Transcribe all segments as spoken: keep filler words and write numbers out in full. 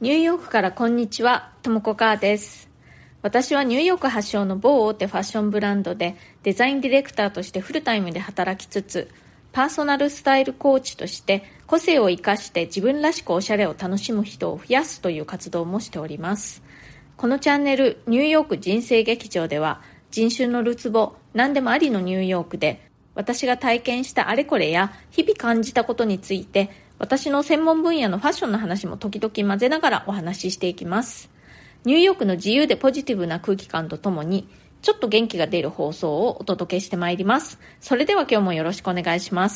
ニューヨークからこんにちは、ともこかーです。私はニューヨーク発祥の某大手ファッションブランドでデザインディレクターとしてフルタイムで働きつつ、パーソナルスタイルコーチとして個性を生かして自分らしくおしゃれを楽しむ人を増やすという活動もしております。このチャンネルニューヨーク人生劇場では、人種のるつぼ何でもありのニューヨークで私が体験したあれこれや日々感じたことについて、私の専門分野のファッションの話も時々混ぜながらお話ししていきます。ニューヨークの自由でポジティブな空気感とともに、ちょっと元気が出る放送をお届けしてまいります。それでは今日もよろしくお願いします。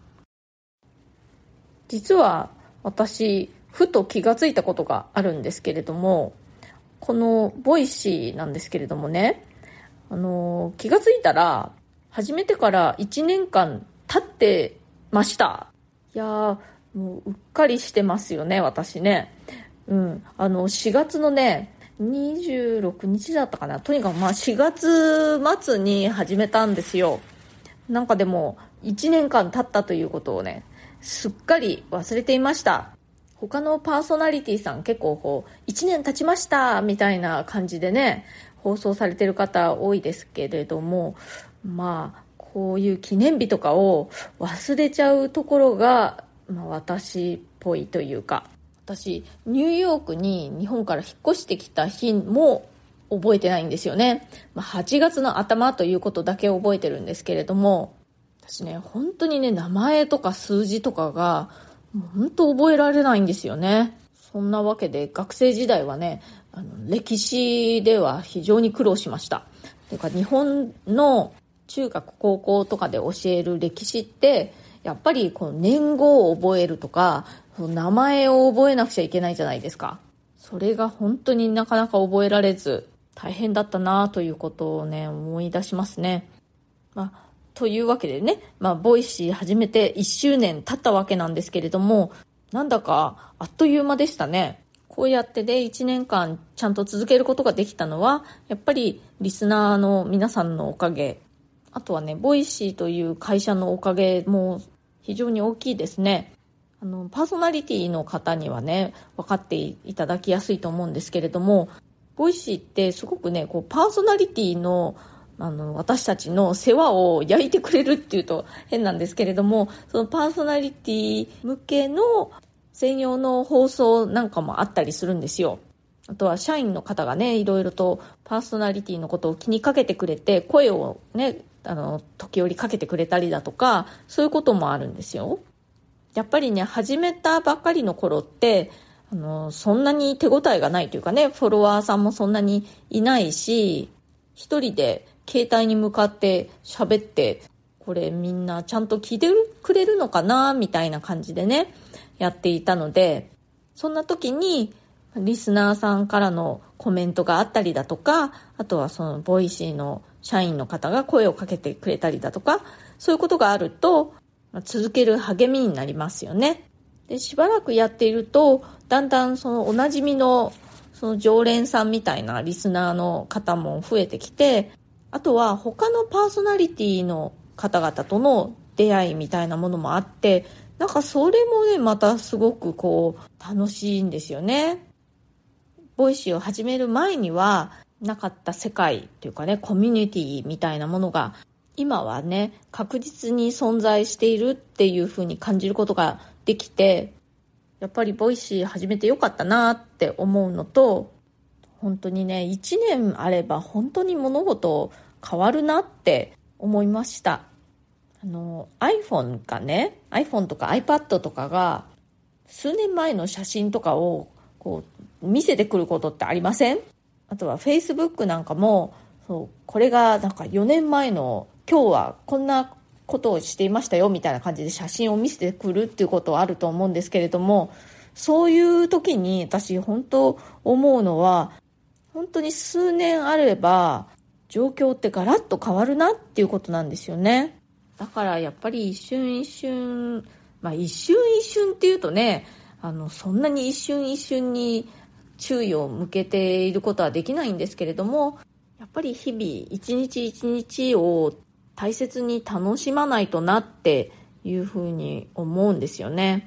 実は私、ふと気がついたことがあるんですけれども、このボイシーなんですけれどもね、あの気がついたら始めてからいちねんかん経ってました。いやー、もううっかりしてますよね、私ね。うん、あのしがつのねにじゅうろくにちだったかな。とにかくまあしがつ末に始めたんですよ。なんかでもいちねんかん経ったということをね、すっかり忘れていました。他のパーソナリティさん結構こういちねん経ちましたみたいな感じでね放送されてる方多いですけれども、まあこういう記念日とかを忘れちゃうところが、まあ、私っぽいというか、私ニューヨークに日本から引っ越してきた日も覚えてないんですよね。まあ、はちがつの頭ということだけ覚えてるんですけれども、私ね本当にね名前とか数字とかがもう本当覚えられないんですよね。そんなわけで学生時代はね、あの歴史では非常に苦労しました。というか日本の中学高校とかで教える歴史ってやっぱりこの年号を覚えるとか名前を覚えなくちゃいけないじゃないですか。それが本当になかなか覚えられず大変だったなということをね思い出しますね。まあ、というわけでね、まあ、ボイシー始めていっしゅうねん経ったわけなんですけれども、なんだかあっという間でしたね。こうやってでいちねんかんちゃんと続けることができたのはやっぱりリスナーの皆さんのおかげ、あとはねボイシーという会社のおかげも非常に大きいですね。あのパーソナリティの方にはね分かっていただきやすいと思うんですけれども、ボイシーってすごくねこうパーソナリティのあの私たちの世話を焼いてくれるっていうと変なんですけれども、そのパーソナリティ向けの専用の放送なんかもあったりするんですよ。あとは社員の方がねいろいろとパーソナリティのことを気にかけてくれて声をねあの時折かけてくれたりだとか、そういうこともあるんですよ。やっぱりね始めたばっかりの頃ってあのそんなに手応えがないというかね、フォロワーさんもそんなにいないし、一人で携帯に向かって喋ってこれみんなちゃんと聞いてくれるのかなみたいな感じでねやっていたので、そんな時にリスナーさんからのコメントがあったりだとか、あとはそのボイシーの社員の方が声をかけてくれたりだとか、そういうことがあると続ける励みになりますよね。でしばらくやっているとだんだんそのおなじみのその常連さんみたいなリスナーの方も増えてきて、あとは他のパーソナリティの方々との出会いみたいなものもあって、なんかそれもねまたすごくこう楽しいんですよね。ボイシーを始める前にはなかった世界というかね、コミュニティみたいなものが今はね確実に存在しているっていう風に感じることができて、やっぱりボイシー始めてよかったなって思うのと、本当にねいちねんあれば本当に物事変わるなって思いました。あの iPhone がね iPhone とか iPad とかが数年前の写真とかをこう見せてくることってありません？あとは Facebook なんかもそうこれがなんかよねんまえの今日はこんなことをしていましたよみたいな感じで写真を見せてくるっていうことはあると思うんですけれども、そういう時に私本当思うのは、本当に数年あれば状況ってガラッと変わるなっていうことなんですよね。だからやっぱり一瞬一瞬、まあ一瞬一瞬っていうとね、あのそんなに一瞬一瞬に注意を向けていることはできないんですけれども、やっぱり日々一日一日を大切に楽しまないとなっていうふうに思うんですよね。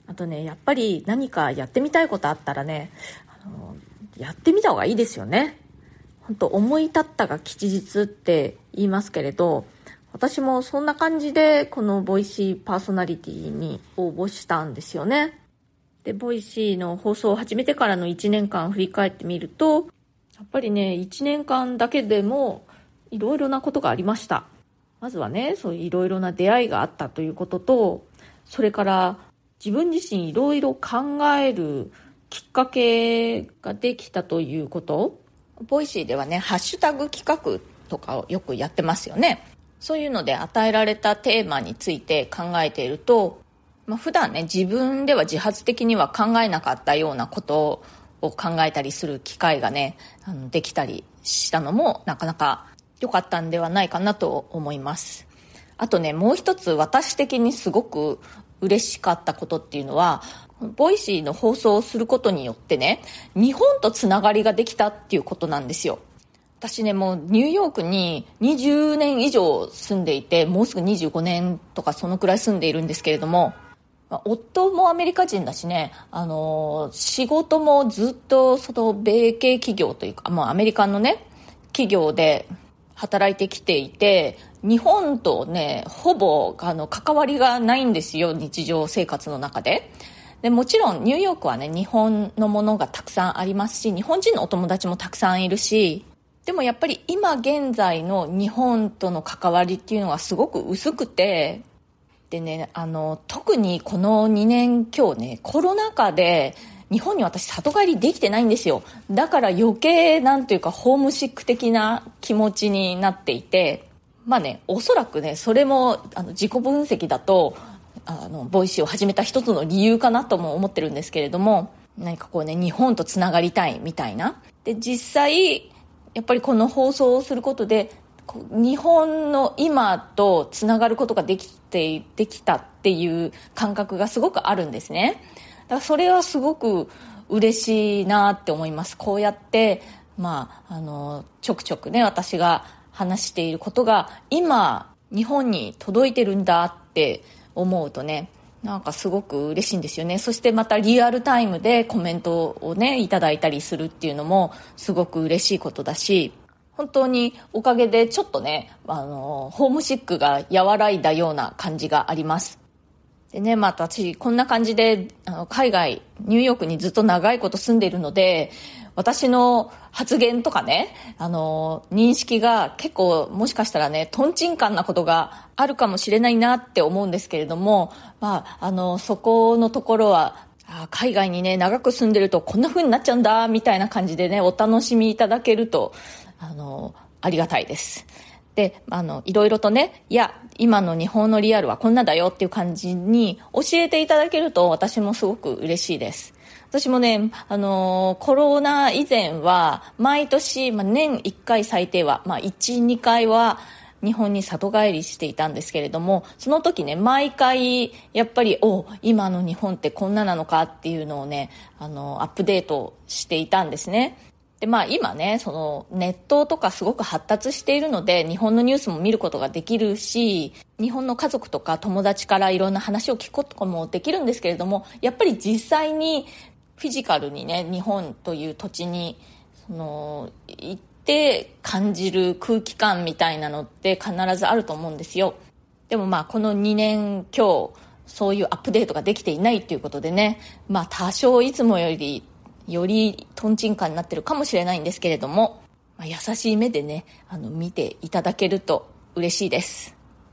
あとね、やっぱり何かやってみたいことあったらね、あのやってみた方がいいですよね。本当思い立ったが吉日って言いますけれど、私もそんな感じでこのボイシーパーソナリティに応募したんですよね。で、ボイシーの放送を始めてからのいちねんかん振り返ってみると、やっぱりね、いちねんかんだけでもいろいろなことがありました。まずはね、そういういろいろな出会いがあったということと、それから自分自身いろいろ考えるきっかけができたということ。ボイシーではね、ハッシュタグ企画とかをよくやってますよね。そういうので与えられたテーマについて考えていると、まあ、普段ね、自分では自発的には考えなかったようなことを考えたりする機会がね、あのできたりしたのもなかなか良かったんではないかなと思います。あとね、もう一つ私的にすごく嬉しかったことっていうのは、ボイシーの放送をすることによってね、日本とつながりができたっていうことなんですよ。私ね、もうニューヨークににじゅうねん以上住んでいて、もうすぐにじゅうごねんとかそのくらい住んでいるんですけれども、夫もアメリカ人だしね、あの仕事もずっとその米系企業というか、もうアメリカのね企業で働いてきていて、日本とねほぼあの関わりがないんですよ、日常生活の中で。でもちろんニューヨークはね、日本のものがたくさんありますし、日本人のお友達もたくさんいるし、でもやっぱり今現在の日本との関わりっていうのがすごく薄くて、でね、あの特にこのにねん強ね、コロナ禍で日本に私里帰りできてないんですよ。だから余計なんていうかホームシック的な気持ちになっていて、まあね、おそらくねそれもあの自己分析だと、あのボイシーを始めた一つの理由かなとも思ってるんですけれども、何かこうね、日本とつながりたいみたいな。で、実際やっぱりこの放送をすることで日本の今とつながることができてできたっていう感覚がすごくあるんですね。だからそれはすごく嬉しいなって思います。こうやってまああのちょくちょくね、私が話していることが今日本に届いてるんだって思うとね、なんかすごく嬉しいんですよね。そしてまたリアルタイムでコメントをねいただいたりするっていうのもすごく嬉しいことだし、本当におかげでちょっとね、あのホームシックが和らいだような感じがあります。でね、まあ私こんな感じであの海外ニューヨークにずっと長いこと住んでいるので、私の発言とかね、あの認識が結構もしかしたらねトンチンカンなことがあるかもしれないなって思うんですけれども、まああのそこのところはあ海外にね長く住んでるとこんな風になっちゃうんだみたいな感じでねお楽しみいただけるとあのありがたいです。で、あのいろいろとね、いや今の日本のリアルはこんなだよっていう感じに教えていただけると私もすごく嬉しいです。私もね、あのコロナ以前は毎年、まあ、年いっかい最低は、まあ、いち、にかいは日本に里帰りしていたんですけれども、その時ね毎回やっぱりお今の日本ってこんななのかっていうのをね、あのアップデートしていたんですね。でまあ今ね、そのネットとかすごく発達しているので日本のニュースも見ることができるし、日本の家族とか友達からいろんな話を聞くこともできるんですけれども、やっぱり実際にフィジカルにね日本という土地にその行って感じる空気感みたいなのって必ずあると思うんですよ。でもまあこのにねん強そういうアップデートができていないということでね、まあ多少いつもよりよりトンチンカンになってるかもしれないんですけれども、まあ、優しい目でねあの見ていただけると嬉しいです。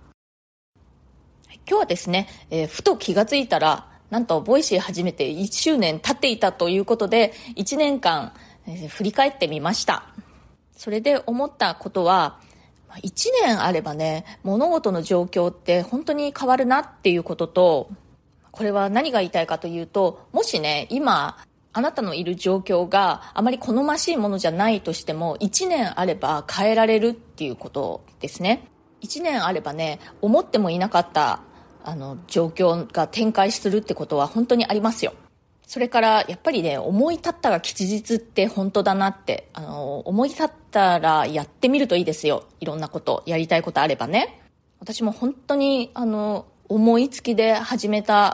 今日はですね、えー、ふと気がついたらなんとボイシー始めていっしゅうねん経っていたということでいちねんかん、えー、振り返ってみました。それで思ったことは、いちねんあればね物事の状況って本当に変わるなっていうことと、これは何が言いたいかというと、もしね今あなたのいる状況があまり好ましいものじゃないとしてもいちねんあれば変えられるっていうことですね。いちねんあればね思ってもいなかったあの状況が展開するってことは本当にありますよ。それからやっぱりね思い立ったが吉日って本当だなって、あの思い立ったらやってみるといいですよ。いろんなことやりたいことあればね。私も本当にあの思いつきで始めた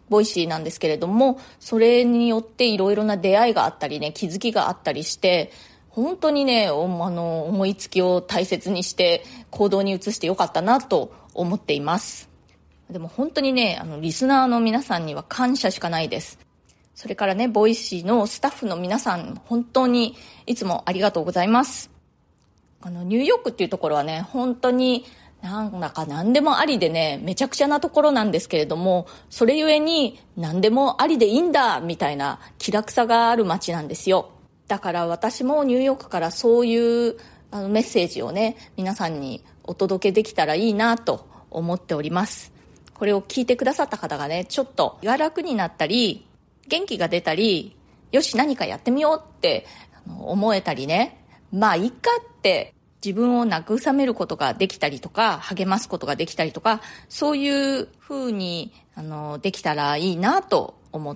ボイシーなんですけれども、それによっていろいろな出会いがあったりね、気づきがあったりして、本当にね、おあの思いつきを大切にして行動に移してよかったなと思っています。でも本当にね、あのリスナーの皆さんには感謝しかないです。それからね、ボイシーのスタッフの皆さん、本当にいつもありがとうございます。あのニューヨークっていうところはね、本当になんだか何でもありでね、めちゃくちゃなところなんですけれども、それゆえに何でもありでいいんだみたいな気楽さがある街なんですよ。だから私もニューヨークからそういうあのメッセージをね、皆さんにお届けできたらいいなと思っております。これを聞いてくださった方がね、ちょっと気が楽になったり、元気が出たり、よし何かやってみようって思えたりね、まあいいかって自分を慰めることができたりとか、励ますことができたりとか、そういう風にあのできたらいいなと思って、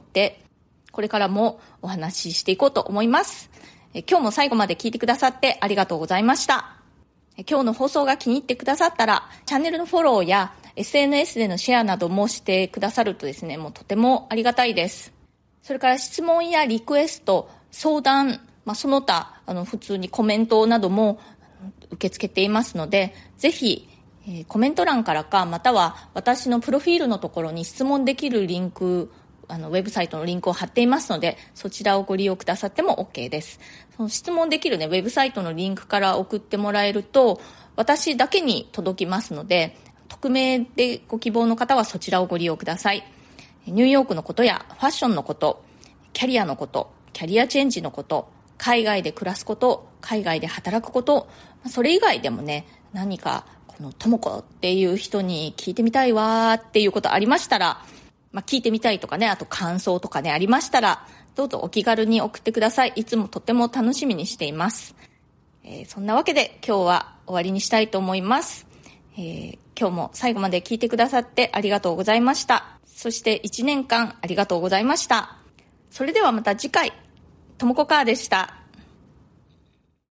これからもお話ししていこうと思います。え今日も最後まで聞いてくださってありがとうございました。え今日の放送が気に入ってくださったら、チャンネルのフォローや エスエヌエス でのシェアなどもしてくださるとですね、もうとてもありがたいです。それから質問やリクエスト、相談、まあ、その他あの普通にコメントなども受け付けていますので、ぜひ、えー、コメント欄からか、または私のプロフィールのところに質問できるリンク、あのウェブサイトのリンクを貼っていますので、そちらをご利用くださっても OK です。その質問できるね、ウェブサイトのリンクから送ってもらえると、私だけに届きますので、匿名でご希望の方はそちらをご利用ください。ニューヨークのことやファッションのこと、キャリアのこと、キャリアチェンジのこと、海外で暮らすこと、海外で働くこと、それ以外でもね、何かこのともこっていう人に聞いてみたいわーっていうことありましたら、まあ、聞いてみたいとかね、あと感想とかねありましたら、どうぞお気軽に送ってください。いつもとても楽しみにしています。えー、そんなわけで今日は終わりにしたいと思います。えー、今日も最後まで聞いてくださってありがとうございました。そしていちねんかんありがとうございました。それではまた次回、ともこかーでした。